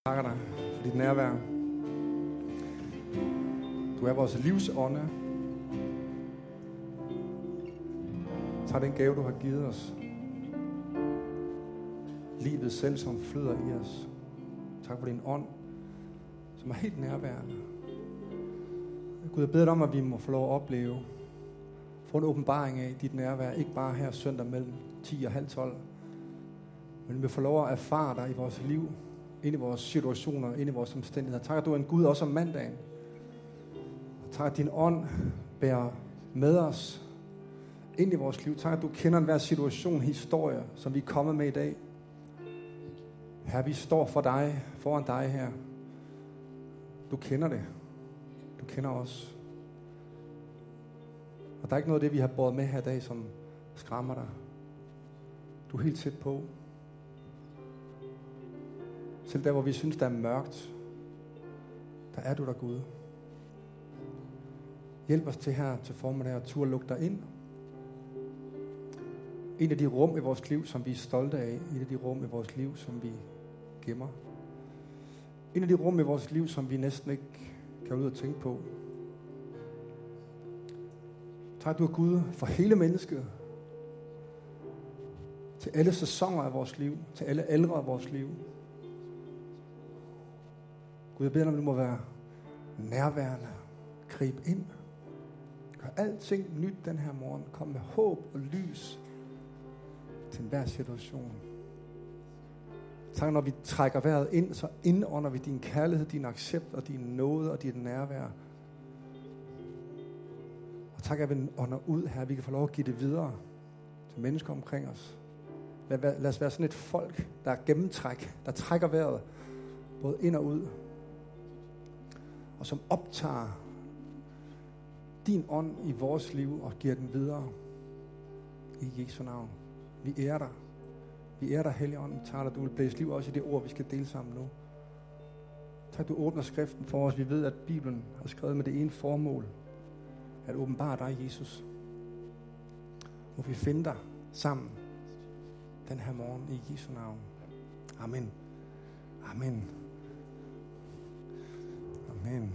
Takker dig for dit nærvær. Du er vores livsånde. Tag den gave, du har givet os. Livet selv, som flyder i os. Tak for din ånd, som er helt nærværende. Gud, jeg beder dig om, at vi må få lov at opleve, få en åbenbaring af dit nærvær, ikke bare her søndag mellem 10 og halv 12, men vi får lov at erfare dig i vores liv, ind i vores situationer, ind i vores omstændigheder. Tak, at du er en Gud også om mandagen. Tak, at din ånd bærer med os ind i vores liv. Tak, at du kender enhver situation, historie, som vi er kommet med i dag. Herre, vi står foran dig her. Du kender det. Du kender os. Og der er ikke noget af det, vi har båret med her i dag, som skræmmer dig. Du er helt tæt på. Selv der, hvor vi synes, der er mørkt, der er du der, Gud. Hjælp os til her til formiddag at turde lukke dig ind. En af de rum i vores liv, som vi er stolte af. En af de rum i vores liv, som vi gemmer. En af de rum i vores liv, som vi næsten ikke kan ud og tænke på. Tak, du er Gud for hele mennesket. Til alle sæsoner af vores liv. Til alle aldre af vores liv. Gud, jeg beder dig, om du må være nærværende. Grib ind. Gør alting nyt den her morgen. Kom med håb og lys til enhver situation. Tak, når vi trækker vejret ind, så indånder vi din kærlighed, din accept og din nåde og dit nærvær. Og tak, at vi ånder ud her. Vi kan få lov at give det videre til mennesker omkring os. Lad os være sådan et folk, der er gennemtræk, der trækker vejret både ind og ud. Og som optager din ånd i vores liv og giver den videre i Jesu navn. Vi ærer dig. Vi ærer dig, Helligånd. Vi tager dig, du vil blæse liv også i det ord, vi skal dele sammen nu. Tak, du åbner skriften for os. Vi ved, at Bibelen har skrevet med det ene formål, at åbenbare dig, Jesus. Må vi finde dig sammen den her morgen i Jesu navn. Amen. Amen. Amen.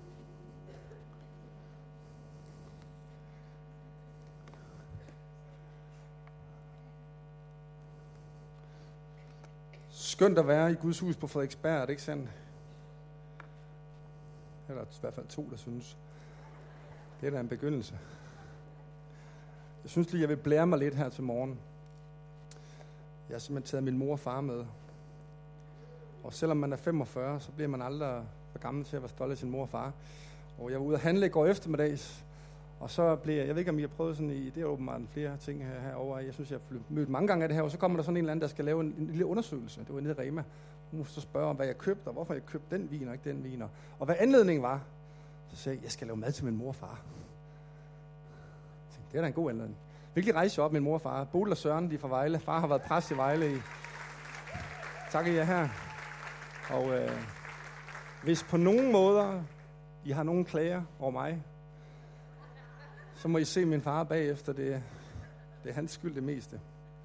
Skønt at være i Guds hus på Frederiksberg, er det ikke sandt? Eller i hvert fald 2, der synes. Det er da en begyndelse. Jeg synes lige, jeg vil blære mig lidt her til morgen. Jeg har simpelthen taget min mor og far med. Og selvom man er 45, så bliver man aldrig for gammel til at være stolt af sin mor og far. Og jeg var ude at handle i går eftermiddags, og så blev jeg ved ikke, om I har prøvet sådan i, det er åbenbart flere ting herovre. Jeg synes, jeg har mødt mange gange af det her, og så kommer der sådan en eller anden, der skal lave en lille undersøgelse. Det var nede i Rema. Hun så spørger om, hvad jeg købte, og hvorfor jeg købte den vin og ikke den vin. Og hvad anledningen var, så sagde jeg skal lave mad til min mor og far. Jeg tænkte, det er da en god anledning. Hvilke rejse op, min mor og far? Bodil og Søren, de er fra Vejle. Far har været præst i Vejle i. Tak, at I er her. Og hvis på nogen måder I har nogen klager over mig, så må I se min far bagefter. Det er hans skyld det meste.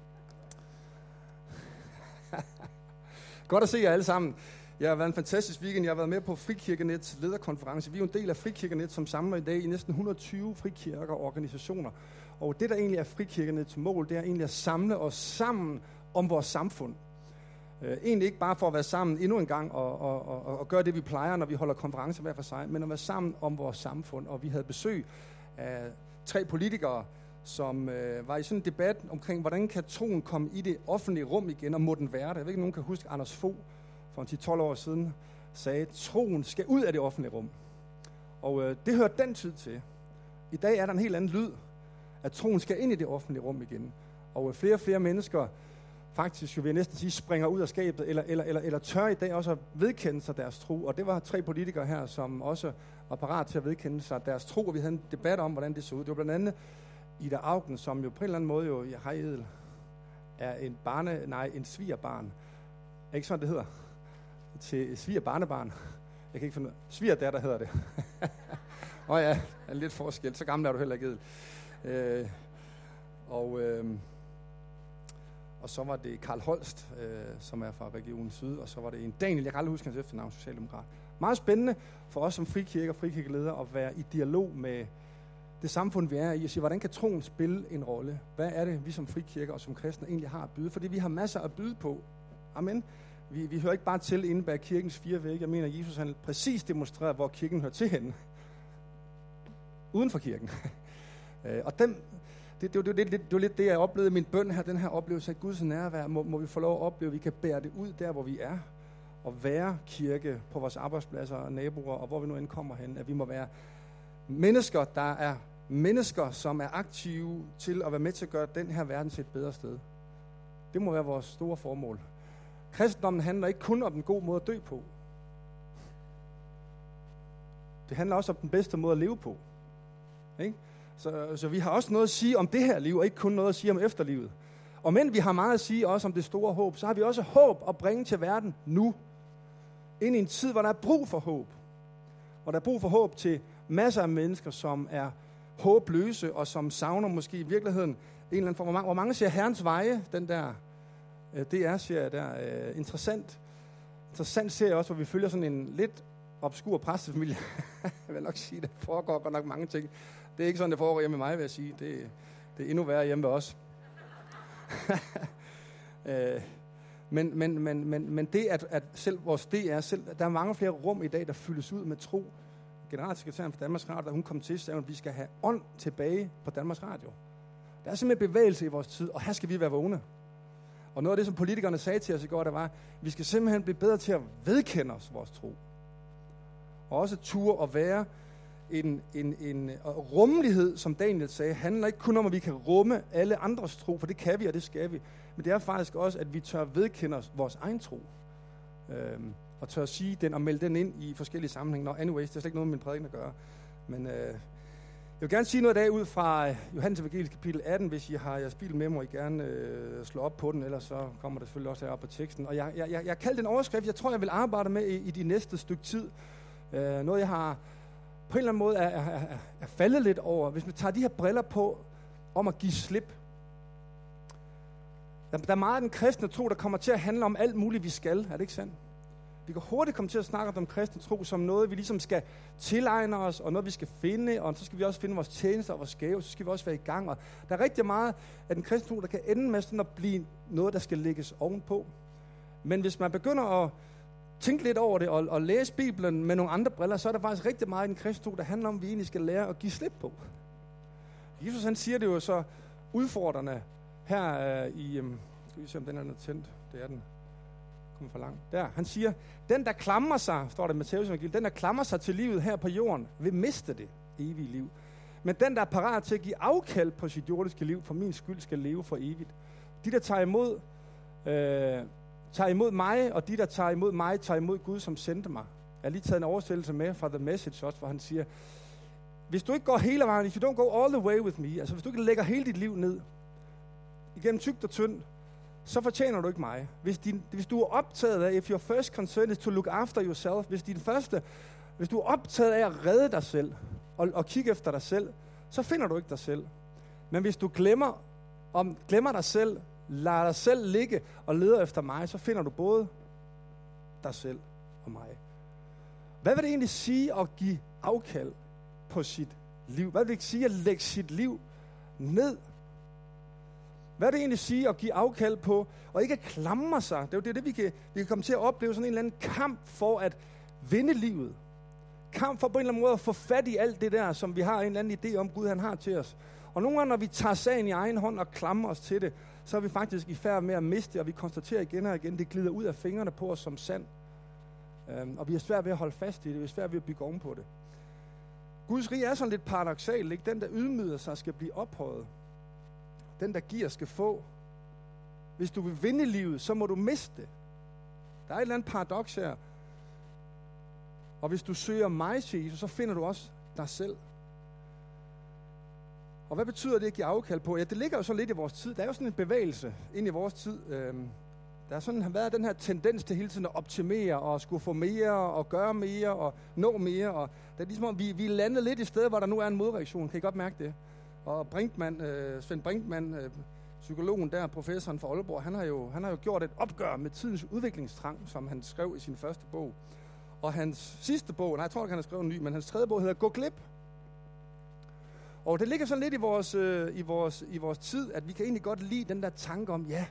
Godt at se jer alle sammen. Jeg har været en fantastisk weekend. Jeg har været med på Frikirkenets lederkonference. Vi er jo en del af Frikirkenet, som samler i dag i næsten 120 frikirker og organisationer. Og det, der egentlig er Frikirkenets mål, det er egentlig at samle os sammen om vores samfund. Egentlig ikke bare for at være sammen endnu en gang og gøre det, vi plejer, når vi holder konferencer hver for sig, men at være sammen om vores samfund. Og vi havde besøg af 3 politikere, som var i sådan en debat omkring, hvordan kan troen komme i det offentlige rum igen, og må den være der? Jeg ved ikke, om nogen kan huske, Anders Fogh for 10-12 år siden sagde, at troen skal ud af det offentlige rum. Og det hører den tid til. I dag er der en helt anden lyd, at troen skal ind i det offentlige rum igen. Og flere og flere mennesker faktisk, jo vil jeg næsten sige, springer ud af skabet, eller tør i dag også at vedkende sig deres tro. Og det var 3 politikere her, som også var parat til at vedkende sig deres tro, og vi havde en debat om, hvordan det så ud. Det var blandt andet Ida Auken, som jo på en eller anden måde jo, hej Edel, er en svigerbarn. Er ikke sådan, det hedder? Til svigerbarnebarn. Jeg kan ikke finde ud af. Svigerdatter hedder det. Ja, er lidt forskel. Så gammel er du heller ikke, Edel. og så var det Karl Holst, som er fra Region Syd, og så var det en Daniel, jeg kan aldrig huske hans efternavn, socialdemokrat. Meget spændende for os som frikirke og frikirkeledere at være i dialog med det samfund, vi er i, og sige, hvordan kan troen spille en rolle? Hvad er det, vi som frikirker og som kristne egentlig har at byde? Fordi vi har masser at byde på. Amen. Vi hører ikke bare til inde bag kirkens fire vægge. Jeg mener, Jesus han præcis demonstrerer, hvor kirken hører til henne. Uden for kirken. Og det var lidt det, jeg oplevede i min bøn her, den her oplevelse af Guds nærvær, må vi få lov at opleve, vi kan bære det ud der, hvor vi er, og være kirke på vores arbejdspladser og naboer, og hvor vi nu end kommer hen, at vi må være mennesker, der er mennesker, som er aktive til at være med til at gøre den her verden til et bedre sted. Det må være vores store formål. Kristendommen handler ikke kun om den gode måde at dø på. Det handler også om den bedste måde at leve på. Ikke? Så vi har også noget at sige om det her liv, og ikke kun noget at sige om efterlivet. Og men vi har meget at sige også om det store håb, så har vi også håb at bringe til verden nu. Ind i en tid, hvor der er brug for håb. Hvor der er brug for håb til masser af mennesker, som er håbløse, og som savner måske i virkeligheden en eller anden form. Hvor mange ser Herrens veje, den der DR-serie der. Interessant serie også, hvor vi følger sådan en lidt obskur præstefamilie. Jeg vil nok sige, der foregår godt nok mange ting. Det er ikke sådan, det foregår hjemme med mig, vil jeg sige. Det er endnu værre hjemme ved os. Men det, at selv vores DR, der er mange flere rum i dag, der fyldes ud med tro. Generalsekretæren for Danmarks Radio, da hun kom til, sagde, at vi skal have ånd tilbage på Danmarks Radio. Der er simpelthen bevægelse i vores tid, og her skal vi være vågne. Og noget af det, som politikerne sagde til os i går, det var, at vi skal simpelthen blive bedre til at vedkende os vores tro. Og også turde at være en rummelighed, som Daniel sagde, handler ikke kun om, at vi kan rumme alle andres tro, for det kan vi, og det skal vi. Men det er faktisk også, at vi tør vedkende os vores egen tro. Og tør sige den og melde den ind i forskellige sammenhænge. Anyways, det er slet ikke noget med min prædiken at gøre. Men jeg vil gerne sige noget i dag ud fra Johannes Evangeliet kapitel 18, hvis I har jeres bibel med mig, og I gerne slå op på den, ellers så kommer det selvfølgelig også herop på teksten. Og jeg kaldte en overskrift, jeg tror, jeg vil arbejde med i de næste stykke tid. Noget, jeg har på en eller anden måde er faldet lidt over. Hvis man tager de her briller på om at give slip. Der er meget af den kristne tro, der kommer til at handle om alt muligt, vi skal. Er det ikke sandt? Vi kan hurtigt komme til at snakke om kristne tro som noget, vi ligesom skal tilegne os, og noget, vi skal finde, og så skal vi også finde vores tjenester og vores gave, så skal vi også være i gang. Og der er rigtig meget af den kristne tro, der kan ende med sådan at blive noget, der skal lægges ovenpå. Men hvis man begynder at tænke lidt over det, og læse Bibelen med nogle andre briller, så er der faktisk rigtig meget i den kristne tro, der handler om, at vi egentlig skal lære at give slip på. Jesus han siger det jo så udfordrende her i... skal vi se, om den er tændt? Det er den. Kommer for langt. Der. Han siger, den der klamrer sig, står der i Matthæus evangeliet, den der klamrer sig til livet her på jorden, vil miste det evige liv. Men den der er parat til at give afkald på sit jordiske liv, for min skyld skal leve for evigt. De der tager imod mig, og de der tager imod mig, tager imod Gud, som sendte mig. Jeg har lige taget en oversættelse med fra The Message også, hvor han siger, hvis du ikke går hele vejen, if you don't go all the way with me, altså hvis du ikke lægger hele dit liv ned, igennem tykt og tynd, så fortjener du ikke mig. Hvis du er optaget af, if your first concern is to look after yourself, hvis du er optaget af at redde dig selv, og kigge efter dig selv, så finder du ikke dig selv. Men hvis du glemmer dig selv, lader dig selv ligge og leder efter mig, så finder du både dig selv og mig. Hvad vil det egentlig sige at give afkald på sit liv? Hvad vil det sige at lægge sit liv ned? Hvad vil det egentlig sige at give afkald på, og ikke at klamre sig? Det er jo det, vi kan komme til at opleve sådan en eller anden kamp for at vinde livet. Kamp for på en eller anden måde at få fat i alt det der, som vi har en eller anden idé om, Gud han har til os. Og nogle gange, når vi tager sagen i egen hånd og klamrer os til det, så er vi faktisk i færd med at miste det, og vi konstaterer igen og igen, det glider ud af fingrene på os som sand. Og vi er svært ved at holde fast i det, vi er svært ved at bygge oven på det. Guds rige er sådan lidt paradoksalt, ikke? Den, der ydmyder sig, skal blive ophøjet. Den, der giver, skal få. Hvis du vil vinde livet, så må du miste det. Der er et eller andet paradoks her. Og hvis du søger mig, siger Jesus, så finder du også dig selv. Og hvad betyder det at give afkald på? Ja, det ligger jo så lidt i vores tid. Der er jo sådan en bevægelse ind i vores tid. Der har sådan været den her tendens til hele tiden at optimere og skulle få mere og gøre mere og nå mere. Og det er ligesom, at vi er landet lidt i stedet, hvor der nu er en modreaktion. Kan I godt mærke det? Og Svend Brinkmann, psykologen der, professoren fra Aalborg, han har jo gjort et opgør med tidens udviklingstrang, som han skrev i sin første bog. Og hans sidste bog, jeg tror ikke, han har skrevet en ny, men hans tredje bog hedder Gå glip. Og det ligger sådan lidt i vores tid, at vi kan egentlig godt lide den der tanke om, ja,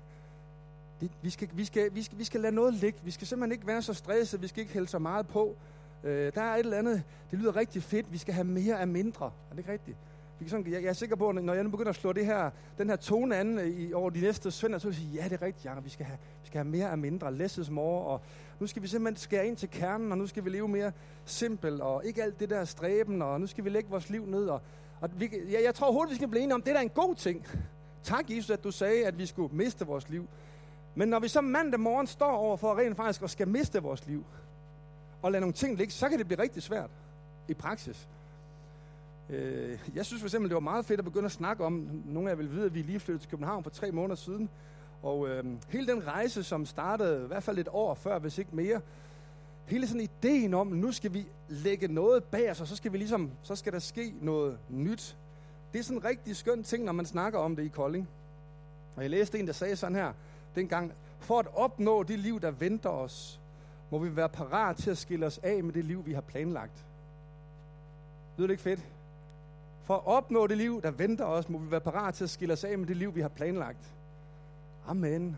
vi skal lade noget ligge. Vi skal simpelthen ikke være så stresset, vi skal ikke hælde så meget på. Der er et eller andet, det lyder rigtig fedt, vi skal have mere af mindre. Er det ikke rigtigt? Jeg er sikker på, når jeg nu begynder at slå den her tone an over de næste søndag, så vil jeg sige, ja, det er rigtigt, Jacob, vi skal have mere af mindre, less is more, og nu skal vi simpelthen skære ind til kernen, og nu skal vi leve mere simpelt, og ikke alt det der stræben, og nu skal vi lægge vores liv ned, og jeg tror hurtigt, vi skal blive enige om, det er da en god ting. Tak, Jesus, at du sagde, at vi skulle miste vores liv. Men når vi så mandag morgen står over for rent faktisk og skal miste vores liv, og lade nogle ting ligge, så kan det blive rigtig svært i praksis. Jeg synes for eksempel, det var meget fedt at begynde at snakke om, nogle af jer vil vide, at vi lige flyttede til København for 3 måneder siden, og hele den rejse, som startede i hvert fald et år før, hvis ikke mere, hele sådan ideen om, nu skal vi lægge noget bag os, og så skal der ske noget nyt. Det er sådan en rigtig skøn ting, når man snakker om det i Kolding. Og jeg læste en, der sagde sådan her dengang, for at opnå det liv, der venter os, må vi være parat til at skille os af med det liv, vi har planlagt. Lyder det ikke fedt? For at opnå det liv, der venter os, må vi være parat til at skille os af med det liv, vi har planlagt. Amen.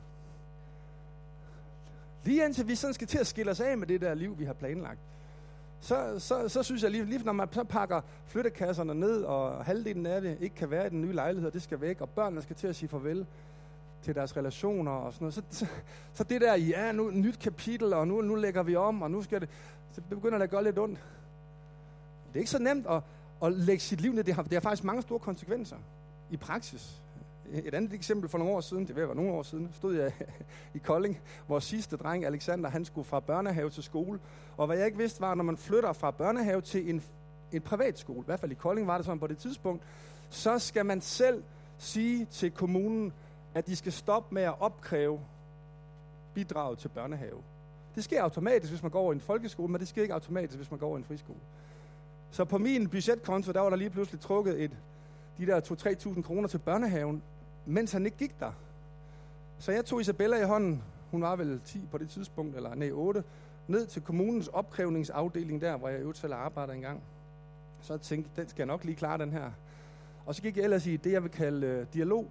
Lige indtil vi sådan skal til at skille os af med det der liv, vi har planlagt, så synes jeg lige når man så pakker flyttekasserne ned, og halvdelen af det ikke kan være i den nye lejlighed, det skal væk, og børnene skal til at sige farvel til deres relationer og sådan noget, så det der, ja, nu nyt kapitel, og nu lægger vi om, og nu skal det, så begynder det at gøre lidt ondt. Det er ikke så nemt at lægge sit liv ned. Det har faktisk mange store konsekvenser i praksis. Et andet eksempel for nogle år siden, det var nogle år siden, stod jeg i Kolding, hvor sidste dreng, Alexander, han skulle fra børnehave til skole. Og hvad jeg ikke vidste var, når man flytter fra børnehave til en privatskole, i hvert fald i Kolding var det sådan på det tidspunkt, så skal man selv sige til kommunen, at de skal stoppe med at opkræve bidrag til børnehave. Det sker automatisk, hvis man går over i en folkeskole, men det sker ikke automatisk, hvis man går over i en friskole. Så på min budgetkonto, der var der lige pludselig trukket de der 2-3.000 kroner til børnehaven, mens han ikke gik der. Så jeg tog Isabella i hånden, hun var vel 10 på det tidspunkt, eller 8, ned til kommunens opkrævningsafdeling der, hvor jeg øvrigt selv arbejder engang. Så jeg tænkte, den skal jeg nok lige klare, den her. Og så gik jeg ellers i det, jeg vil kalde dialog.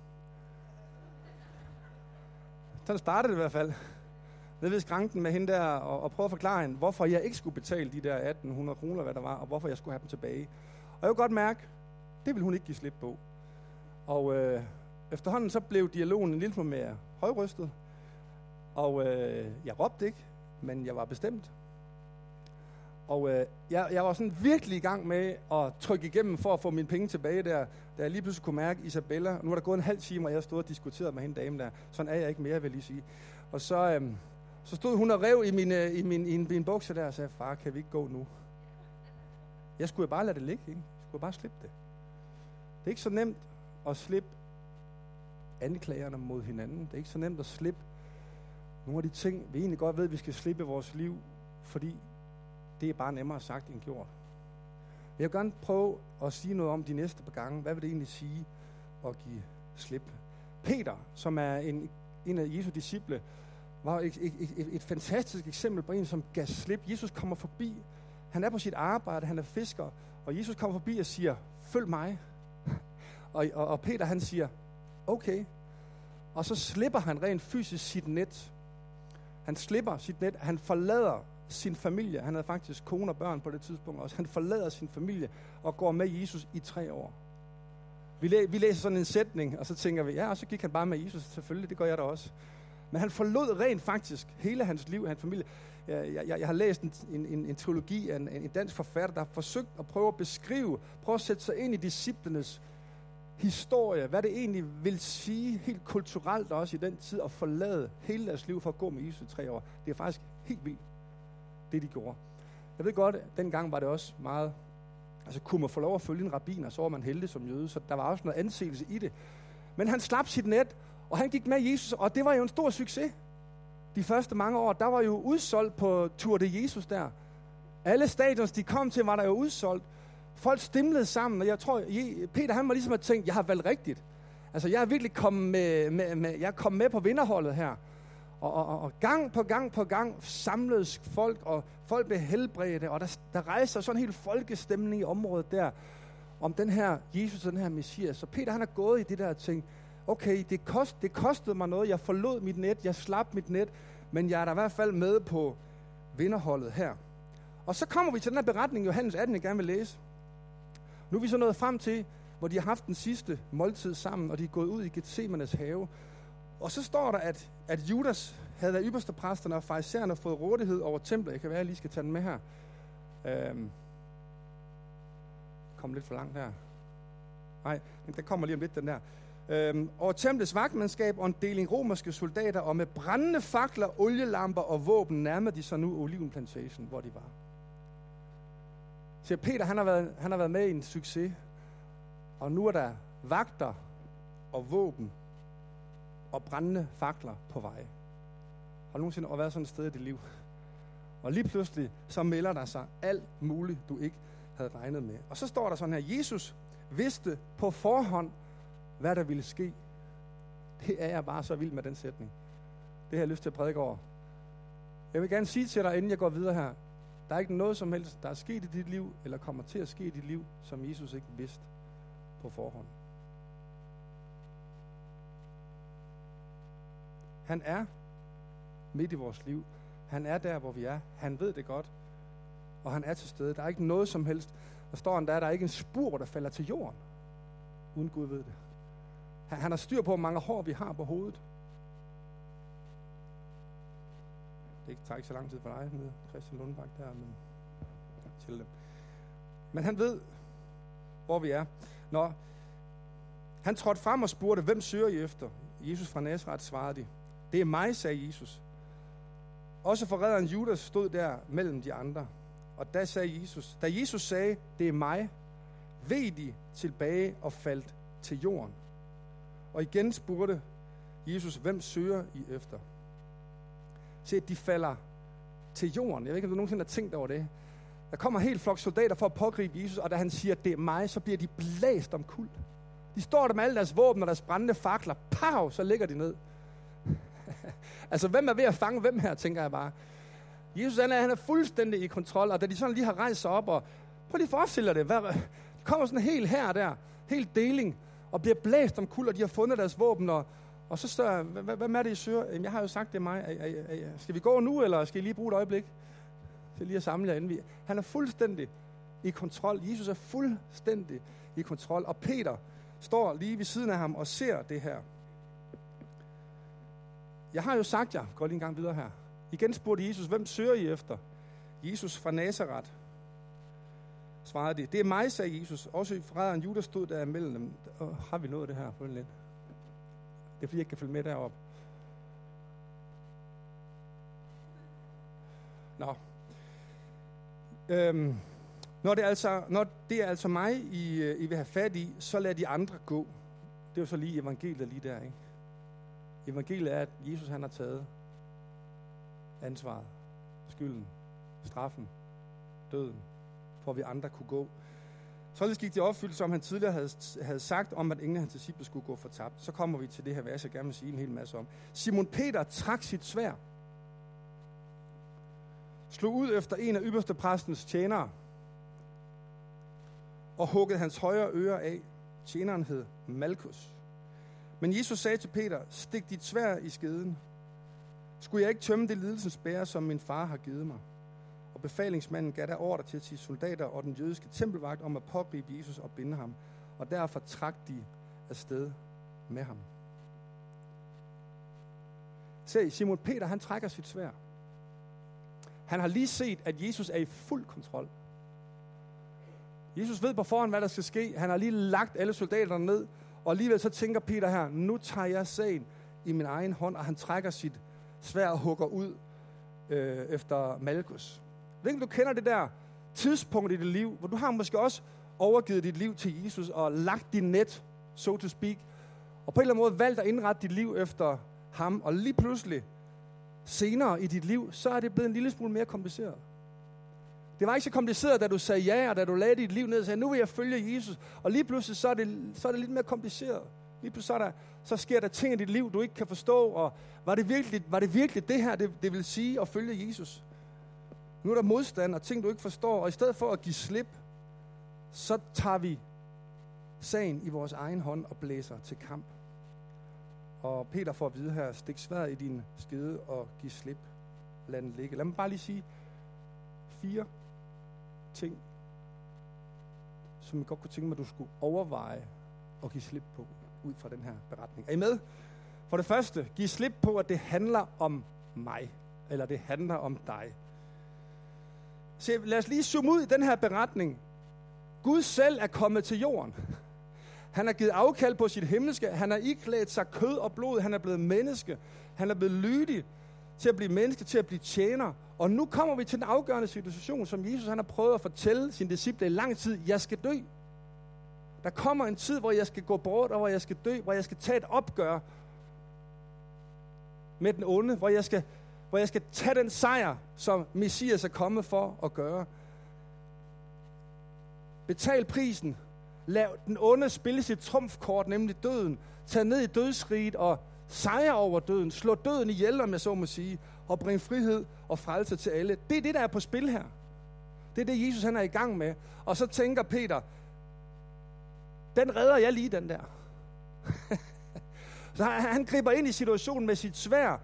Sådan startede det i hvert fald. Nede ved skranken med hende der, og prøve at forklare hende, hvorfor jeg ikke skulle betale de der 1.800 kroner, hvad der var, og hvorfor jeg skulle have dem tilbage. Og jeg kunne godt mærke, det ville hun ikke give slip på. Og efterhånden så blev dialogen en lille smule mere højrystet. Og jeg råbte ikke, men jeg var bestemt. Og jeg var sådan virkelig i gang med at trykke igennem for at få mine penge tilbage der, da jeg lige pludselig kunne mærke Isabella. Nu er der gået en halv time, og jeg stod og diskuterede med hende dame der. Sådan er jeg ikke mere, vil jeg lige sige. Og så stod hun og rev i min bukser der og sagde, far, kan vi ikke gå nu? Jeg skulle bare lade det ligge, ikke? Jeg skulle bare slippe det. Det er ikke så nemt at slippe anklagerne mod hinanden. Det er ikke så nemt at slippe nogle af de ting, vi egentlig godt ved, vi skal slippe i vores liv, fordi det er bare nemmere sagt end gjort. Jeg vil gerne prøve at sige noget om de næste par gange. Hvad vil det egentlig sige at give slip? Peter, som er en af Jesu disciple, var et fantastisk eksempel på en, som gav slip. Jesus kommer forbi. Han er på sit arbejde, han er fisker, og Jesus kommer forbi og siger, følg mig. Og Peter, han siger, okay. Og så slipper han rent fysisk sit net. Han slipper sit net. Han forlader sin familie. Han havde faktisk kone og børn på det tidspunkt også. Han forlader sin familie og går med Jesus i 3 år. Vi læser sådan en sætning, og så tænker vi, ja, og så gik han bare med Jesus. Selvfølgelig, det gør jeg da også. Men han forlod rent faktisk hele hans liv, hans familie. Jeg har læst en teologi af en dansk forfatter, der har forsøgt at prøve at beskrive, prøve at sætte sig ind i disciplenes historie, hvad det egentlig vil sige helt kulturelt også i den tid at forlade hele deres liv for at gå med Jesus i 3 år. Det er faktisk helt vildt, det de gjorde. Jeg ved godt, dengang var det også meget, altså kunne man få lov at følge en rabbiner, så var man heldig som jøde, så der var også noget anseelse i det. Men han slap sit net, og han gik med Jesus, og det var jo en stor succes. De første mange år, der var jo udsolgt på Tour de Jesus der. Alle stadions, de kom til, var der jo udsolgt. Folk stimlede sammen, og jeg tror, Peter han var ligesom at tænke, jeg har valgt rigtigt. Altså, jeg er virkelig kommet med på vinderholdet her. Og gang på gang samledes folk, og folk blev helbredte, og der rejser sådan en hel folkestemning i området der, om den her Jesus, den her Messias. Så Peter, han er gået i det der ting. Okay, det kostede mig noget, jeg forlod mit net, jeg slap mit net, men jeg er da i hvert fald med på vinderholdet her. Og så kommer vi til den her beretning, Johannes 18, jeg gerne vil læse. Nu er vi så nået frem til, hvor de har haft den sidste måltid sammen, og de er gået ud i Getsemanes have. Og så står der, at Judas havde af ypperstepræsterne og farisæerne fået rådighed over templet. Jeg kan være, at jeg lige skal tage den med her. Kom lidt for langt her. Nej, men der kommer lige om lidt den der. Over templets vagtmandskab og en deling romerske soldater, og med brændende fakler, olielamper og våben nærmede de sig nu olivenplantagen, hvor de var. Så Peter, han har været med i en succes, og nu er der vagter og våben og brændende fakler på vej. Har du nogensinde været sådan et sted i dit liv? Og lige pludselig, så melder der sig alt muligt, du ikke havde regnet med. Og så står der sådan her, Jesus vidste på forhånd, hvad der ville ske. Det er jeg bare så vild med den sætning. Det har jeg lyst til at prædike over. Jeg vil gerne sige til dig, inden jeg går videre her, der er ikke noget som helst, der er sket i dit liv, eller kommer til at ske i dit liv, som Jesus ikke vidste på forhånd. Han er midt i vores liv. Han er der, hvor vi er. Han ved det godt. Og han er til stede. Der er ikke noget som helst. Der står der er ikke en spur, der falder til jorden, uden Gud ved det. Han har styr på, hvor mange hår vi har på hovedet. Det tager ikke så lang tid for dig med Christian Lundbak der, men til dem. Men han ved, hvor vi er. Når han trådte frem og spurgte, hvem søger I efter? Jesus fra Nazaret svarede de. Det er mig, sagde Jesus. Også forræderen Judas stod der mellem de andre. Og da Jesus sagde, det er mig, veg de tilbage og faldt til jorden. Og igen spurgte Jesus, hvem søger I efter? Se, de falder til jorden. Jeg ved ikke, om du nogensinde har tænkt over det. Der kommer en hel flok soldater for at pågribe Jesus, og da han siger, det er mig, så bliver de blæst omkuld. De står der med alle deres våben og deres brændende fakler. Pow, så ligger de ned. Altså, hvem er ved at fange hvem her, tænker jeg bare. Jesus han er fuldstændig i kontrol, og da de sådan lige har rejst sig op, og prøv lige at forestille dig det. De kommer sådan helt her der, helt deling, og bliver blæst omkuld, og de har fundet deres våben, og så står jeg, hvem er det, I søger? Jamen, jeg har jo sagt, det er mig. Skal vi gå nu, eller skal I lige bruge et øjeblik? Så lige at samle jer inden Han er fuldstændig i kontrol. Jesus er fuldstændig i kontrol, og Peter står lige ved siden af ham og ser det her. Jeg har jo sagt jer, går lige en gang videre her. Igen spurgte Jesus, hvem søger I efter? Jesus fra Nazaret. Svarede de, det er mig, sagde Jesus. Også forræderen Judas stod der imellem dem. Har vi nået det her på en lidt? Det er fordi, jeg ikke kan følge med derop. Nå. Når det er altså mig, I vil have fat i, så lad de andre gå. Det er jo så lige evangeliet lige der, ikke? Evangeliet er, at Jesus han har taget ansvaret, skylden, straffen, døden, for at vi andre kunne gå. Således gik det opfyldt, som han tidligere havde sagt om, at ingen af hans disciple skulle gå fortabt. Så kommer vi til det her vers, jeg gerne vil sige en hel masse om. Simon Peter trak sit sværd, slog ud efter en af ypperstepræstens tjenere, og huggede hans højre øre af. Tjeneren hed Malkus. Men Jesus sagde til Peter, stik dit sværd i skeden. Skulle jeg ikke tømme det lidelsens bære, som min far har givet mig? Og befalingsmanden gav der ordre til 10 soldater og den jødiske tempelvagt om at pågribe Jesus og binde ham. Og derfor trak de afsted med ham. Se, Simon Peter, han trækker sit sværd. Han har lige set, at Jesus er i fuld kontrol. Jesus ved på forhånd, hvad der skal ske. Han har lige lagt alle soldaterne ned, og alligevel så tænker Peter her, nu tager jeg sagen i min egen hånd, og han trækker sit sværd og hugger ud efter Malkus. Ved ikke, du kender det der tidspunkt i dit liv, hvor du har måske også overgivet dit liv til Jesus og lagt din net, so to speak, og på en eller anden måde valgt at indrette dit liv efter ham, og lige pludselig senere i dit liv, så er det blevet en lille smule mere kompliceret. Det var ikke så kompliceret, da du sagde ja, og da du lagde dit liv ned og sagde, nu vil jeg følge Jesus. Og lige pludselig, så er det lidt mere kompliceret. Lige pludselig så sker der ting i dit liv, du ikke kan forstå, og var det virkelig det her, det vil sige at følge Jesus? Nu er der modstand og ting, du ikke forstår, og i stedet for at give slip, så tager vi sagen i vores egen hånd og blæser til kamp. Og Peter får at vide her, stik sværdet i din skede og giv slip. Lad den ligge. Lad mig bare lige sige 4 ting, som jeg godt kunne tænke mig, at du skulle overveje at give slip på, ud fra den her beretning. Er I med? For det første, giv slip på, at det handler om mig, eller det handler om dig. Så lad os lige zoome ud i den her beretning. Gud selv er kommet til jorden. Han har givet afkald på sit himmelske. Han har iklædt sig kød og blod. Han er blevet menneske. Han er blevet lydig til at blive menneske, til at blive tjener. Og nu kommer vi til den afgørende situation, som Jesus han har prøvet at fortælle sine disciple i lang tid. Jeg skal dø. Der kommer en tid, hvor jeg skal gå bort, og hvor jeg skal dø, hvor jeg skal tage et opgør med den onde, hvor jeg skal tage den sejr, som Messias er kommet for at gøre. Betal prisen. Lad den onde spille sit trumfkort, nemlig døden. Tag ned i dødsriget og sejre over døden. Slå døden ihjel, om jeg så må sige. Og bring frihed og frelse til alle. Det er det, der er på spil her. Det er det, Jesus han er i gang med. Og så tænker Peter, den redder jeg lige, den der. Så han griber ind i situationen med sit sværd.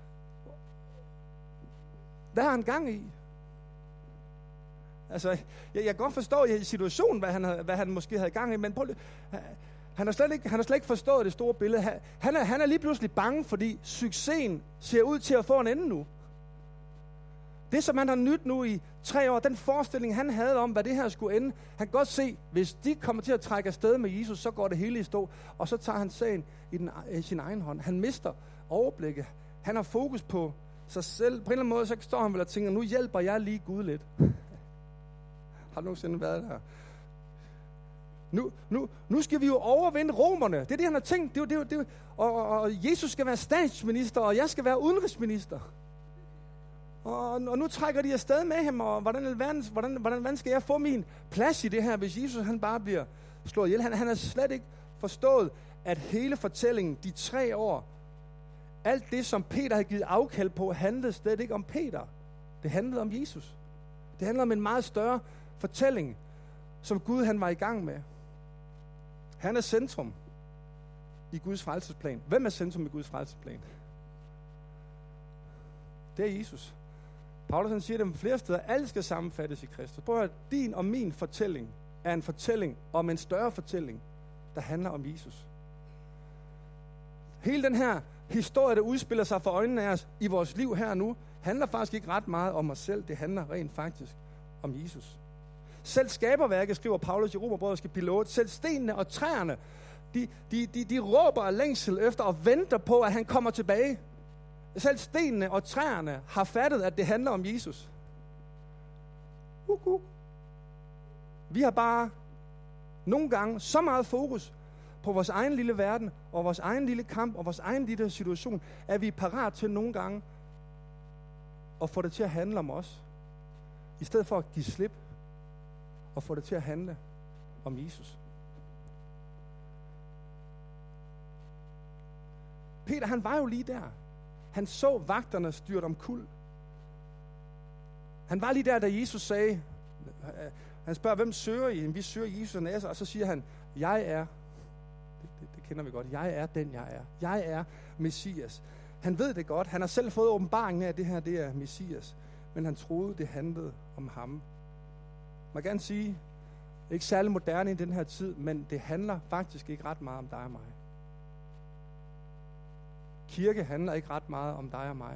Hvad har han gang i? Altså, jeg kan godt forstå i situationen, hvad han måske havde gang i, men han har slet ikke forstået det store billede. Han er lige pludselig bange, fordi succesen ser ud til at få en ende nu. Det, som han har nydt nu i 3 år, den forestilling, han havde om, hvad det her skulle ende, han kan godt se, hvis de kommer til at trække afsted med Jesus, så går det hele i stå, og så tager han sagen i sin egen hånd. Han mister overblikket. Han har fokus på sig selv. På en eller anden måde, så står han vel og tænker, nu hjælper jeg lige Gud lidt. Har du nogensinde været der? Nu skal vi jo overvinde romerne. Det er det, han har tænkt. Og Jesus skal være statsminister, og jeg skal være udenrigsminister. Og nu trækker de afsted med ham, og hvordan skal jeg få min plads i det her, hvis Jesus han bare bliver slået ihjel? Han har slet ikke forstået, at hele fortællingen, de 3 år, alt det, som Peter havde givet afkald på, handlede slet ikke om Peter. Det handlede om Jesus. Det handlede om en meget større fortælling, som Gud han var i gang med. Han er centrum i Guds frelsesplan. Hvem er centrum i Guds frelsesplan? Det er Jesus. Paulus han siger det flere steder, alt skal sammenfattes i Kristus. Prøv at høre, din og min fortælling er en fortælling om en større fortælling, der handler om Jesus. Hele den her historie, der udspiller sig for øjnene af os i vores liv her og nu, handler faktisk ikke råt meget om os selv. Det handler rent faktisk om Jesus. Selv skaberværket, skriver Paulus i Romerbrevets kapitel 8, selv stenene og træerne, de råber af længsel efter og venter på, at han kommer tilbage. Selv stenene og træerne har fattet, at det handler om Jesus. Vi har bare nogle gange så meget fokus på vores egen lille verden, og vores egen lille kamp, og vores egen lille situation, at vi er parat til nogle gange at få det til at handle om os. I stedet for at give slip, og få det til at handle om Jesus. Peter, han var jo lige der. Han så vagterne styrt omkuld. Han var lige der, da Jesus sagde, han spørger, hvem søger I? Vi søger Jesus og Nazareth, og så siger han, jeg er, det kender vi godt, jeg er den, jeg er. Jeg er Messias. Han ved det godt. Han har selv fået åbenbaringen af, at det her, det er Messias. Men han troede, det handlede om ham. Man kan gerne sige, det er ikke særlig moderne i den her tid, men det handler faktisk ikke ret meget om dig og mig. Kirke handler ikke ret meget om dig og mig.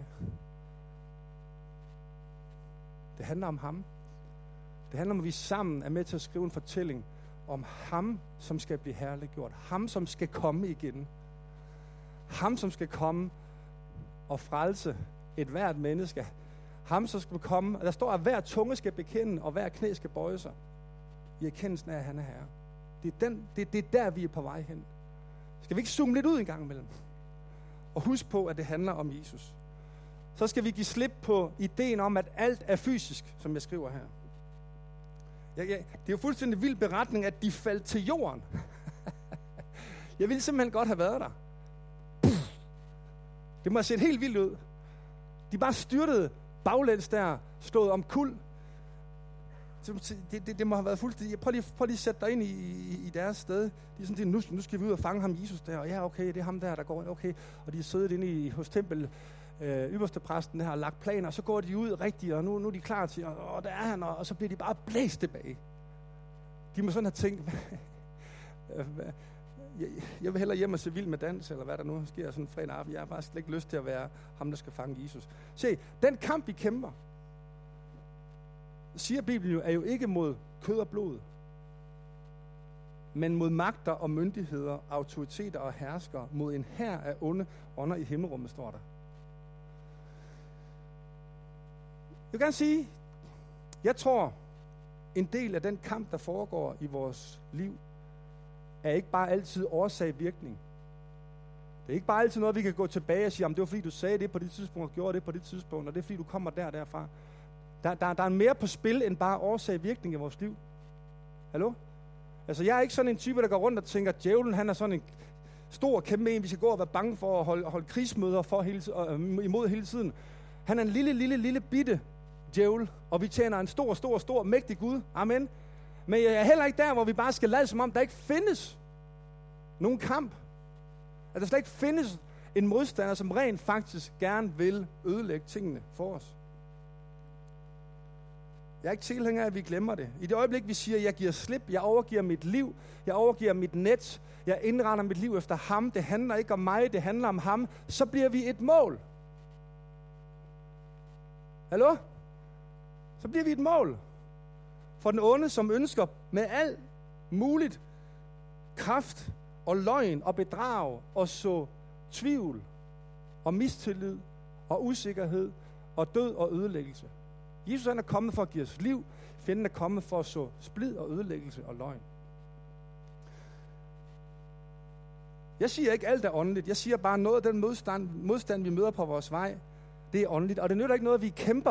Det handler om ham. Det handler om, at vi sammen er med til at skrive en fortælling om ham, som skal blive herliggjort. Ham, som skal komme igen. Ham, som skal komme og frelse et hvert menneske. Ham, som skal komme. Der står, at hver tunge skal bekende, og hver knæ skal bøje sig i erkendelsen af, at han er herre. Det er der, vi er på vej hen. Skal vi ikke zoome lidt ud en gang imellem? Og husk på, at det handler om Jesus. Så skal vi give slip på ideen om, at alt er fysisk, som jeg skriver her. Det er jo fuldstændig vild beretning, at de faldt til jorden. Jeg ville simpelthen godt have været der. Det må have set helt vildt ud. De bare styrtede baglæns der, stået om kul. Det må have været fuldstændig. Prøv lige at sætte dig ind i deres sted. De er sådan, nu skal vi ud og fange ham, Jesus der. Og ja, okay, det er ham der går ind. Okay. Og de er siddet inde hos tempel, ypperste præsten der har lagt planer. Og så går de ud rigtigt, og nu er de klar til, og der er han, og så bliver de bare blæst tilbage. De må sådan have tænkt, jeg vil hellere hjem og se Vild med dans, eller hvad der nu sker sådan en fredag aften. Jeg har faktisk slet ikke lyst til at være ham, der skal fange Jesus. Se, den kamp, vi kæmper, siger Bibelen jo, er jo ikke mod kød og blod, men mod magter og myndigheder, autoriteter og herskere, mod en hær af onde ånder i himmelrummet, står der. Jeg vil gerne sige, jeg tror, en del af den kamp, der foregår i vores liv, er ikke bare altid årsag-virkning. Det er ikke bare altid noget, vi kan gå tilbage og sige, det var fordi, du sagde det på det tidspunkt, og gjorde det på det tidspunkt, og det er fordi, du kommer derfra. Der er mere på spil, end bare årsag-virkning i vores liv. Hallo? Altså, jeg er ikke sådan en type, der går rundt og tænker, at djævlen, han er sådan en stor, kæmpe en, vi skal gå og være bange for at holde krigsmøder for imod hele tiden. Han er en lille bitte djævel, og vi tjener en stor, mægtig Gud. Amen. Men jeg er heller ikke der, hvor vi bare skal lade som om, der ikke findes nogen kamp. At der slet ikke findes en modstander, som rent faktisk gerne vil ødelægge tingene for os. Jeg er ikke tilhænger af, at vi glemmer det. I det øjeblik, vi siger, at jeg giver slip, jeg overgiver mit liv, jeg overgiver mit net, jeg indretter mit liv efter ham, det handler ikke om mig, det handler om ham, så bliver vi et mål. Hallo? Så bliver vi et mål for den onde, som ønsker med alt muligt kraft og løgn og bedrag og så tvivl og mistillid og usikkerhed og død og ødelæggelse. Jesus han er kommet for at give os liv. Fjenden er kommet for at så splid og ødelæggelse og løgn. Jeg siger ikke alt er åndeligt. Jeg siger bare noget af den modstand vi møder på vores vej, det er åndeligt. Og det nytter ikke noget, at vi kæmper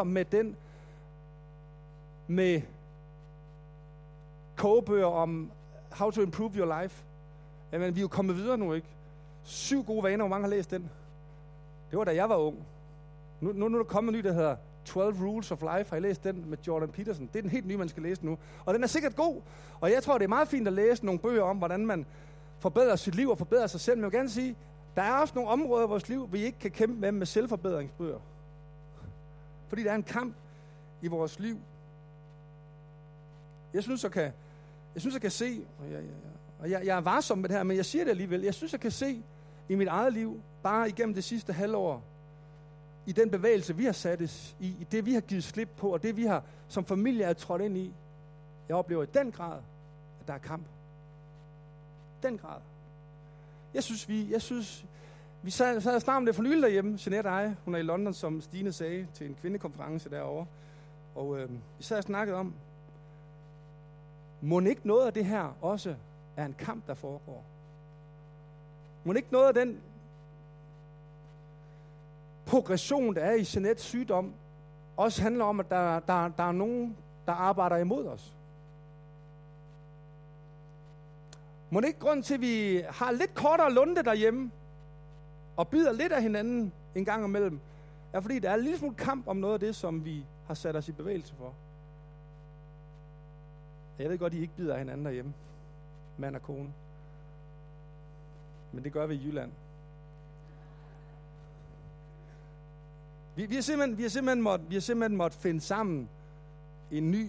med kogebøger om how to improve your life. Jamen, vi er jo kommet videre nu, ikke? 7 gode vaner, hvor mange har læst den? Det var da jeg var ung. Nu er der kommet en ny, der hedder 12 Rules of Life. Har I læst den med Jordan Peterson? Det er den helt nye, man skal læse nu. Og den er sikkert god. Og jeg tror, det er meget fint at læse nogle bøger om, hvordan man forbedrer sit liv og forbedrer sig selv. Men jeg vil gerne sige, der er også nogle områder i vores liv, vi ikke kan kæmpe med selvforbedringsbøger. Fordi der er en kamp i vores liv. Jeg synes, jeg kan se, og jeg er varsom med det her, men jeg siger det alligevel. Jeg synes, jeg kan se i mit eget liv, bare igennem det sidste halvår, i den bevægelse, vi har sat os i det, vi har givet slip på, og det, vi har som familie er trådt ind i. Jeg oplever i den grad, at der er kamp. Den grad. Jeg synes, vi sad og snakkede om det for nylig derhjemme. Jeanette og jeg, hun er i London, som Stine sagde, til en kvindekonference derovre. Og vi sad og snakkede om, må ikke noget af det her også er en kamp, der foregår? Må ikke noget af den progression, der er i Jeanettes sygdom, også handler om, at der er nogen, der arbejder imod os? Må det ikke grund til, at vi har lidt kortere lunde derhjemme, og bider lidt af hinanden en gang imellem, er fordi der er en lille smule kamp om noget af det, som vi har sat os i bevægelse for. Jeg ved godt, I ikke bider af hinanden derhjemme, mand og kone. Men det gør vi i Jylland. Vi har simpelthen måttet finde sammen en ny,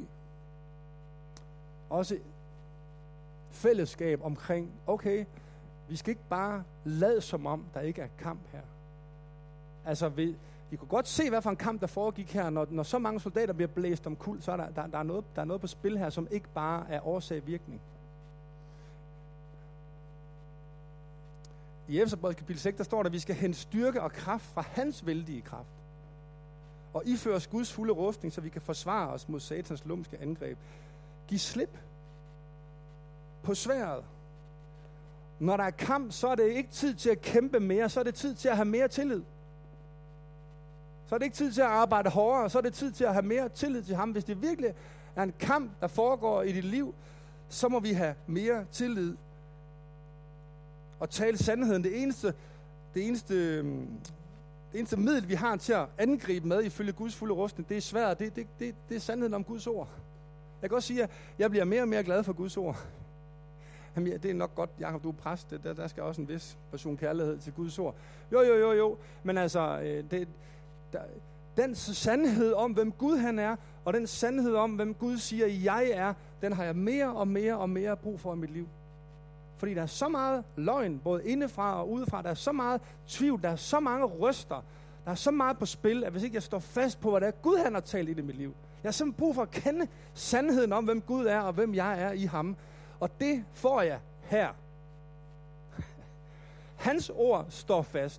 også fællesskab omkring, okay, vi skal ikke bare lade som om, der ikke er kamp her. Altså, vi kunne godt se, hvad for en kamp, der foregik her, når så mange soldater bliver blæst om kul, så er der er noget på spil her, som ikke bare er årsag-virkning. I Efeserbrevet kapitel 6, der står der, at vi skal hente styrke og kraft fra hans vældige kraft. Og iføre os Guds fulde rustning, så vi kan forsvare os mod satans lumske angreb. Giv slip på sværdet. Når der er kamp, så er det ikke tid til at kæmpe mere, så er det tid til at have mere tillid. Så er det ikke tid til at arbejde hårdere, så er det tid til at have mere tillid til ham. Hvis det virkelig er en kamp, der foregår i dit liv, så må vi have mere tillid. og tale sandheden. Det eneste middel, vi har til at angribe med, ifølge Guds fulde rustning, det er svært. Det er sandheden om Guds ord. Jeg kan også sige, at jeg bliver mere og mere glad for Guds ord. Jamen, det er nok godt, Jakob, du er præst. Der skal også en vis portion kærlighed til Guds ord. Jo. Men altså, den sandhed om, hvem Gud han er, og den sandhed om, hvem Gud siger, jeg er, den har jeg mere og mere brug for i mit liv. Fordi der er så meget løgn, både indefra og udefra. Der er så meget tvivl, der er så mange røster. Der er så meget på spil, at hvis ikke jeg står fast på, hvad det er, Gud han har talt i mit liv. Jeg har simpelthen brug for at kende sandheden om, hvem Gud er, og hvem jeg er i ham. Og det får jeg her. Hans ord står fast.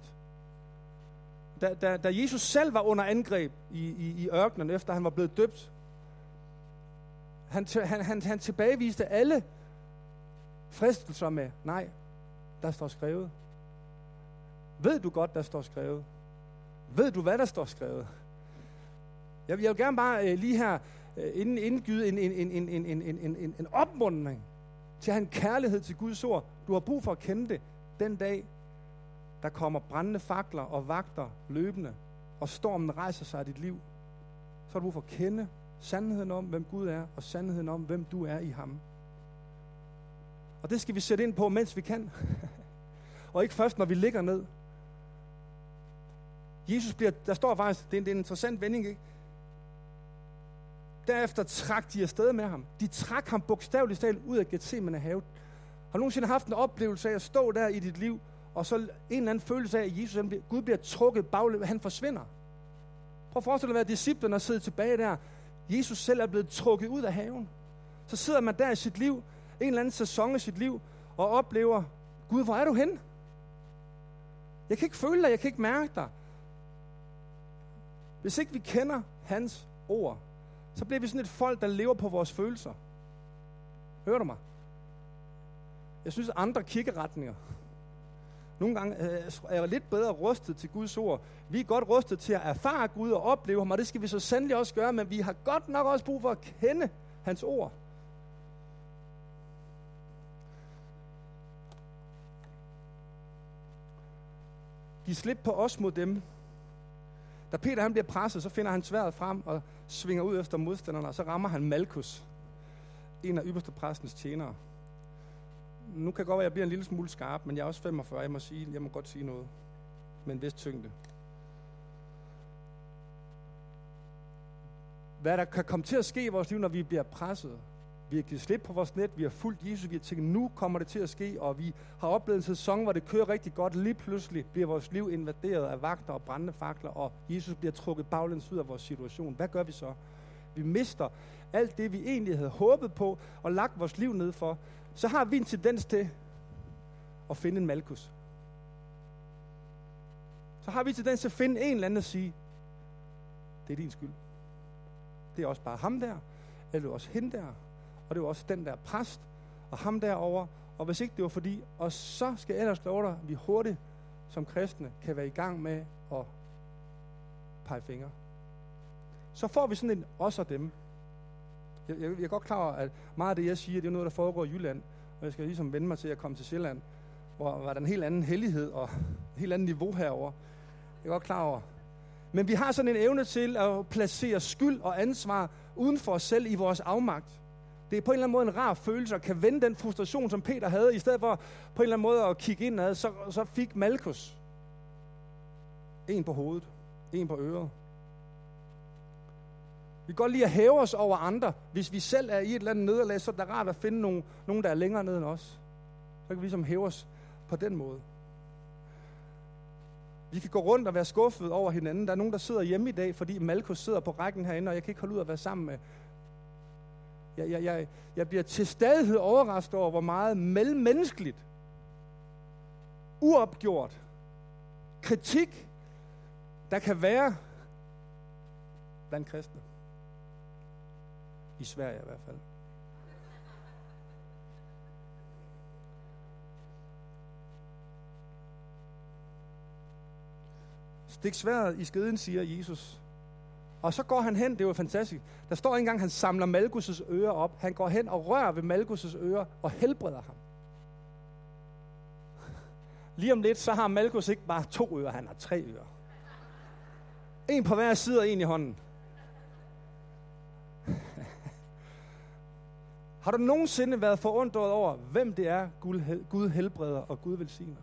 Da Jesus selv var under angreb i ørkenen, efter han var blevet døbt, han tilbageviste alle fristelser med, nej, der står skrevet. Ved du godt, der står skrevet? Ved du, hvad der står skrevet? Jeg vil gerne bare lige her indgyde en opmuntring til at have en kærlighed til Guds ord. Du har brug for at kende det den dag, der kommer brændende fakler og vagter løbende, og stormen rejser sig af dit liv. Så har du brug for at kende sandheden om, hvem Gud er, og sandheden om, hvem du er i ham. Og det skal vi sætte ind på, mens vi kan. Og ikke først, når vi ligger ned. Jesus bliver, der står faktisk, det er en interessant vending, ikke? Derefter trak de afsted med ham. De trak ham bogstaveligt talt ud af Getsemane have. Har du nogensinde haft en oplevelse af at stå der i dit liv, og så en eller anden følelse af, at Jesus, Gud bliver trukket baglæns, han forsvinder? Prøv at forestille dig at være disciplen og sidde tilbage der. Jesus selv er blevet trukket ud af haven. Så sidder man der i sit liv, en eller anden sæson i sit liv, og oplever, Gud, hvor er du henne? Jeg kan ikke føle dig, jeg kan ikke mærke dig. Hvis ikke vi kender hans ord, så bliver vi sådan et folk, der lever på vores følelser. Hører du mig? Jeg synes, andre kiggeretninger. Nogle gange er jeg lidt bedre rustet til Guds ord. Vi er godt rustet til at erfare Gud og opleve ham, og det skal vi så sandelig også gøre, men vi har godt nok også brug for at kende hans ord. Giv slip på os mod dem. Da Peter han bliver presset, så finder han sværdet frem og svinger ud efter modstanderne, og så rammer han Malkus, en af ypperste præstens tjenere. Nu kan det godt være, at jeg bliver en lille smule skarp, men jeg er også 45, jeg må godt sige noget med en vis tyngde. Hvad der kan komme til at ske i vores liv, når vi bliver presset. Vi har givet slip på vores net, vi har fulgt Jesus, vi har tænkt, nu kommer det til at ske, og vi har oplevet en sæson, hvor det kører rigtig godt. Lige pludselig bliver vores liv invaderet af vagter og brændende fakler, og Jesus bliver trukket baglæns ud af vores situation. Hvad gør vi så? Vi mister alt det, vi egentlig havde håbet på, og lagt vores liv ned for. Så har vi en tendens til at finde en Malkus. Så har vi en tendens til at finde en eller anden og sige, det er din skyld. Det er også bare ham der, eller også hende der, og det er også den der præst, og ham derovre, og hvis ikke det var fordi, og så skal jeg ellers love dig, at vi hurtigt som kristne kan være i gang med at pege fingre. Så får vi sådan en os og dem. Jeg er godt klar over, at meget af det, jeg siger, det er noget, der foregår i Jylland, og jeg skal ligesom vende mig til at komme til Sjælland, hvor der er en helt anden hellighed og et helt andet niveau herover. Jeg er godt klar over. Men vi har sådan en evne til at placere skyld og ansvar uden for os selv i vores afmagt. Det er på en eller anden måde en rar følelse at kan vende den frustration, som Peter havde, i stedet for på en eller anden måde at kigge indad, så fik Malkus en på hovedet, en på øret. Vi kan godt lide at hæve os over andre. Hvis vi selv er i et eller andet nederlag, så er det rart at finde nogen, der er længere ned end os. Så kan vi ligesom hæve os på den måde. Vi kan gå rundt og være skuffet over hinanden. Der er nogen, der sidder hjemme i dag, fordi Malkus sidder på rækken herinde, og jeg kan ikke holde ud at være sammen med. Jeg bliver til stadighed overrasket over, hvor meget mellemmenneskeligt, uopgjort kritik, der kan være blandt kristne. I Sverige i hvert fald. Stik sværdet i skeden, siger Jesus. Og så går han hen, det er jo fantastisk. Der står ikke engang, han samler Malkus' ører op. Han går hen og rører ved Malkus' ører og helbreder ham. Lige om lidt, så har Malkus ikke bare 2 ører, han har 3 ører. En på hver side og en i hånden. Har du nogensinde været forundret over, hvem det er, Gud helbreder og Gud velsigner?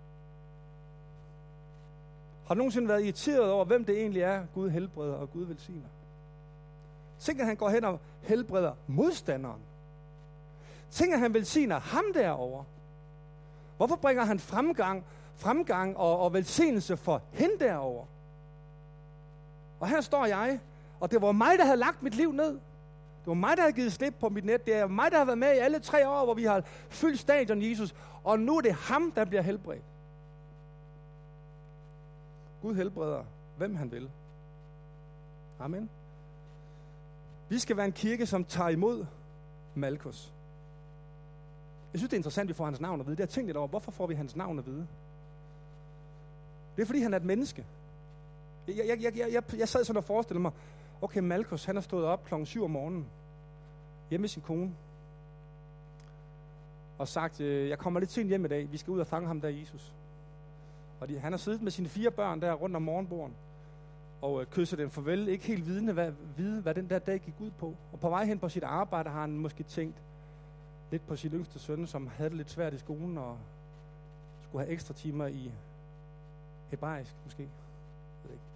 Har du nogensinde været irriteret over, hvem det egentlig er, Gud helbreder og Gud velsigner? Tænk, at han går hen og helbreder modstanderen. Tænk, at han velsigner ham derovre. Hvorfor bringer han fremgang og velsignelse for hende derovre? Og her står jeg, og det var mig, der havde lagt mit liv ned. Det var mig, der havde givet slip på mit net. Det er mig, der har været med i alle 3 år, hvor vi har fyldt stadion Jesus. Og nu er det ham, der bliver helbredt. Gud helbreder, hvem han vil. Amen. Vi skal være en kirke, som tager imod Malkus. Jeg synes, det er interessant, at vi får hans navn at vide. Det har jeg tænkt lidt over. Hvorfor får vi hans navn at vide? Det er, fordi han er et menneske. Jeg sad sådan og forestillede mig, okay, Malkus, han er stået op klokken 7 om morgenen, hjemme med sin kone, og sagt, jeg kommer lidt sent hjem i dag, vi skal ud og fange ham der, Jesus. Og han har siddet med sine 4 børn der rundt om morgenborden, og kysset dem farvel, ikke helt vidende, hvad den der dag gik ud på. Og på vej hen på sit arbejde har han måske tænkt lidt på sin yngste søn, som havde det lidt svært i skolen, og skulle have ekstra timer i hebraisk måske. Jeg ved ikke.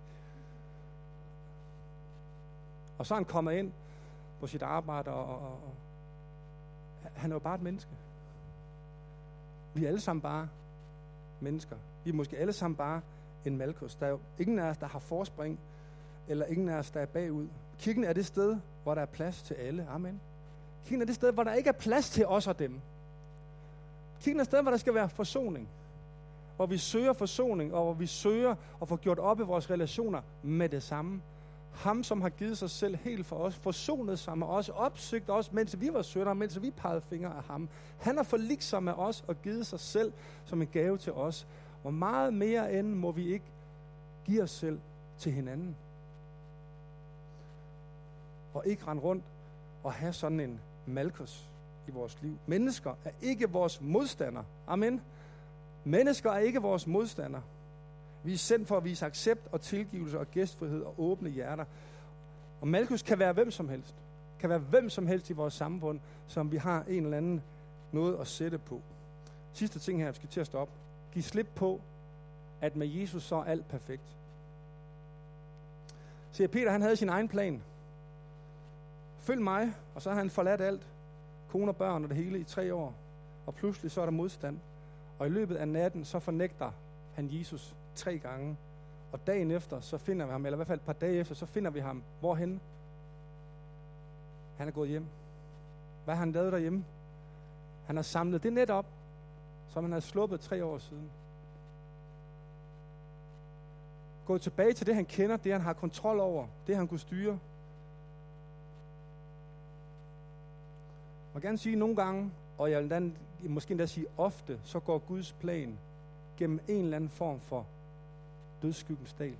Og så er han kommet ind på sit arbejde, og han er jo bare et menneske. Vi er alle sammen bare mennesker. Vi er måske alle sammen bare en Malkus. Der er jo ingen af os, der har forspring, eller ingen af os, der er bagud. Kirken er det sted, hvor der er plads til alle. Amen. Kirken er det sted, hvor der ikke er plads til os og dem. Kirken er et sted, hvor der skal være forsoning. Hvor vi søger forsoning, og hvor vi søger at få gjort op i vores relationer med det samme. Ham, som har givet sig selv helt for os, forsonet sig med os, opsøgt os, mens vi var sønner, mens vi pegede fingre af ham. Han har forligt sig med os og givet sig selv som en gave til os. Hvor meget mere end må vi ikke give os selv til hinanden. Og ikke rende rundt og have sådan en Malkus i vores liv. Mennesker er ikke vores modstandere. Amen. Mennesker er ikke vores modstandere. Vi er sendt for at vise accept og tilgivelse og gæstfrihed og åbne hjerter. Og Malkus kan være hvem som helst. Kan være hvem som helst i vores samfund, som vi har en eller anden noget at sætte på. Sidste ting her, vi skal til at stoppe. Giv slip på, at med Jesus så er alt perfekt. Se, Peter han havde sin egen plan. Følg mig, og så har han forladt alt. Kone og børn og det hele i 3 år. Og pludselig så er der modstand. Og i løbet af natten, så fornægter han Jesus 3 gange. Og dagen efter, så finder vi ham, eller i hvert fald et par dage efter, så finder vi ham. Hvorhenne? Han er gået hjem. Hvad har han lavet derhjemme? Han har samlet det net op, som han havde sluppet 3 år siden. Gået tilbage til det, han kender, det han har kontrol over, det han kunne styre. Jeg vil gerne sige nogle gange, og jeg vil måske endda sige ofte, så går Guds plan gennem en eller anden form for dødsskyggens dal.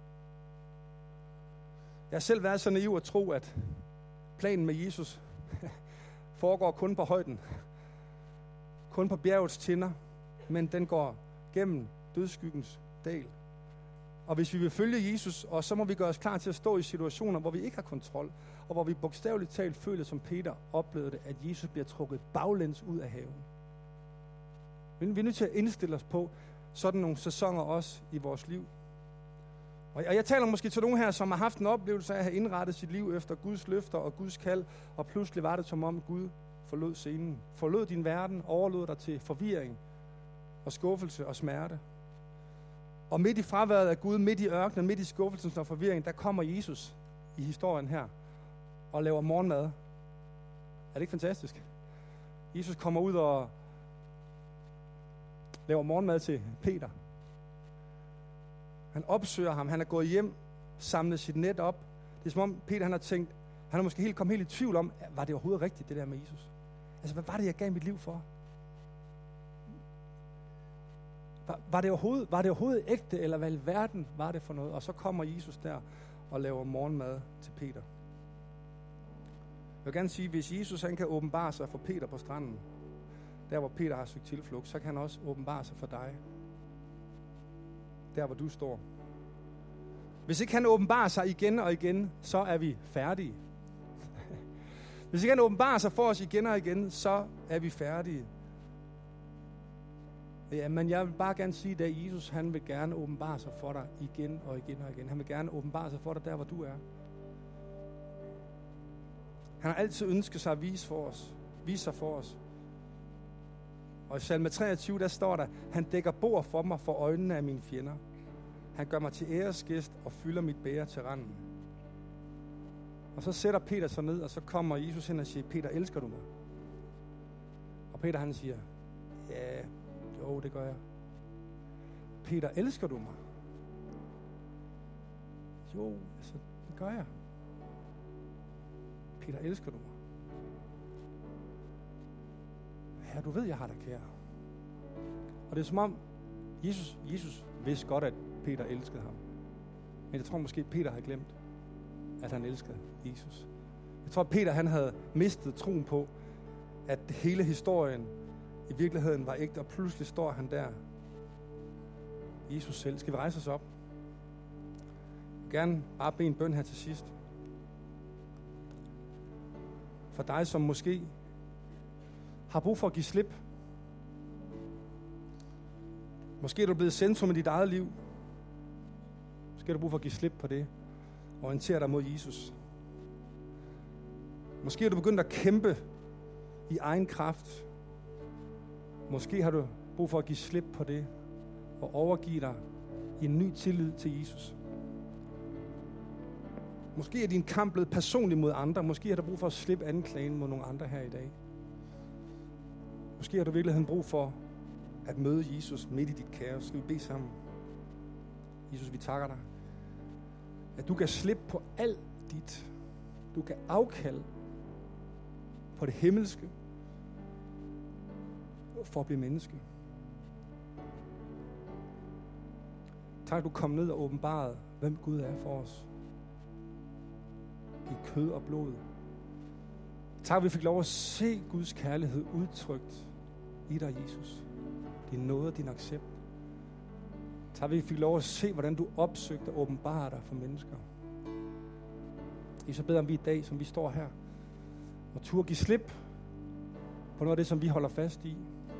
Jeg har selv været så naiv at tro, at planen med Jesus foregår kun på højden. Kun på bjergets tinder, men den går gennem dødsskyggens dal. Og hvis vi vil følge Jesus, og så må vi gøre os klar til at stå i situationer, hvor vi ikke har kontrol, og hvor vi bogstaveligt talt føler, som Peter oplevede det, at Jesus bliver trukket baglæns ud af haven. Vi er nødt til at indstille os på sådan nogle sæsoner også i vores liv. Og jeg taler måske til nogen her, som har haft en oplevelse af at have indrettet sit liv efter Guds løfter og Guds kald, og pludselig var det som om Gud forlod scenen. Forlod din verden, overlod dig til forvirring og skuffelse og smerte. Og midt i fraværet af Gud, midt i ørkenen, midt i skuffelsen og forvirringen, der kommer Jesus i historien her og laver morgenmad. Er det ikke fantastisk? Jesus kommer ud og laver morgenmad til Peter. Han opsøger ham. Han er gået hjem, samlet sit net op. Det er som om Peter han har tænkt, han har måske kommet helt i tvivl om, var det overhovedet rigtigt, det der med Jesus? Altså, hvad var det, jeg gav mit liv for? Var det overhovedet ægte, eller hvad i verden var det for noget? Og så kommer Jesus der og laver morgenmad til Peter. Jeg vil gerne sige, hvis Jesus han kan åbenbare sig for Peter på stranden, der hvor Peter har søgt tilflugt, så kan han også åbenbare sig for dig der hvor du står. Hvis ikke han åbenbarer sig igen og igen, så er vi færdige. Hvis ikke han åbenbarer sig for os igen og igen, så er vi færdige. Ja, men jeg vil bare gerne sige, at Jesus, han vil gerne åbenbare sig for dig igen og igen og igen. Han vil gerne åbenbare sig for dig der, hvor du er. Han har altid ønsket sig at vise sig for os. Og i salme 23, der står der, han dækker bord for mig for øjnene af mine fjender. Han gør mig til æresgæst og fylder mit bæger til randen. Og så sætter Peter sig ned, og så kommer Jesus hen og siger, Peter, elsker du mig? Og Peter han siger, ja, jo, det gør jeg. Peter, elsker du mig? Jo, altså, det gør jeg. Peter, elsker du mig? Ja, du ved, jeg har dig kær. Og det er som om, Jesus vidste godt, at Peter elskede ham. Men jeg tror måske, Peter havde glemt, at han elskede Jesus. Jeg tror, at Peter han havde mistet troen på, at hele historien i virkeligheden var ægte, og pludselig står han der. Jesus selv. Skal vi rejse os op? Jeg vil gerne bare bede en bøn her til sidst. For dig, som måske har brug for at give slip. Måske er du blevet centrum i dit eget liv. Måske har du brug for at give slip på det. Og orientere dig mod Jesus. Måske er du begyndt at kæmpe i egen kraft. Måske har du brug for at give slip på det. Og overgive dig i en ny tillid til Jesus. Måske er din kamp blevet personlig mod andre. Måske har du brug for at slippe anklagen mod nogle andre her i dag. Måske har du virkelig brug for at møde Jesus midt i dit kaos. Skal vi bede sammen? Jesus, vi takker dig, at du kan slippe på alt dit. Du kan afkalde på det himmelske for at blive menneske. Tak, at du kom ned og åbenbarede, hvem Gud er for os. I kød og blod. Tak, at vi fik lov at se Guds kærlighed udtrykt i dig, Jesus. Din nåde og din accept. Tak, at vi fik lov at se, hvordan du opsøgte og åbenbarer dig for mennesker. Så beder vi i dag, som vi står her, og turde give slip på noget af det, som vi holder fast i.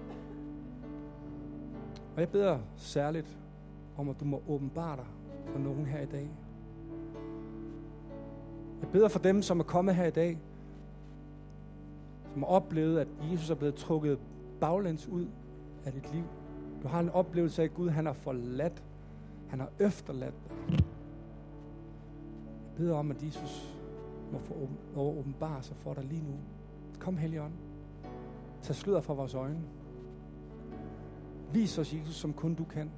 Og jeg beder særligt om, at du må åbenbare dig for nogen her i dag. Jeg beder for dem, som er kommet her i dag, som har oplevet, at Jesus er blevet trukket baglæns ud af dit liv. Du har en oplevelse af, at Gud han har forladt, han har efterladt dig. Jeg beder om, at Jesus må få åbenbare sig for dig lige nu. Kom, Helligånd. Tag sløret fra vores øjne. Vis os, Jesus, som kun du kan.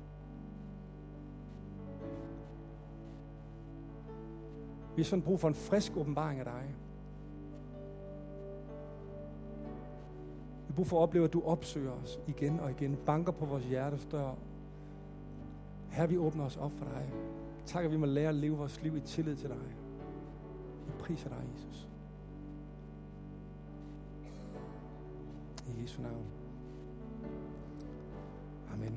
Vi har sådan brug for en frisk åbenbaring af dig. Vi har brug for at opleve, at du opsøger os igen og igen. Banker på vores hjertes dør. Her vi åbner os op for dig. Tak, at vi må lære at leve vores liv i tillid til dig. Vi priser dig, Jesus. I Jesu navn.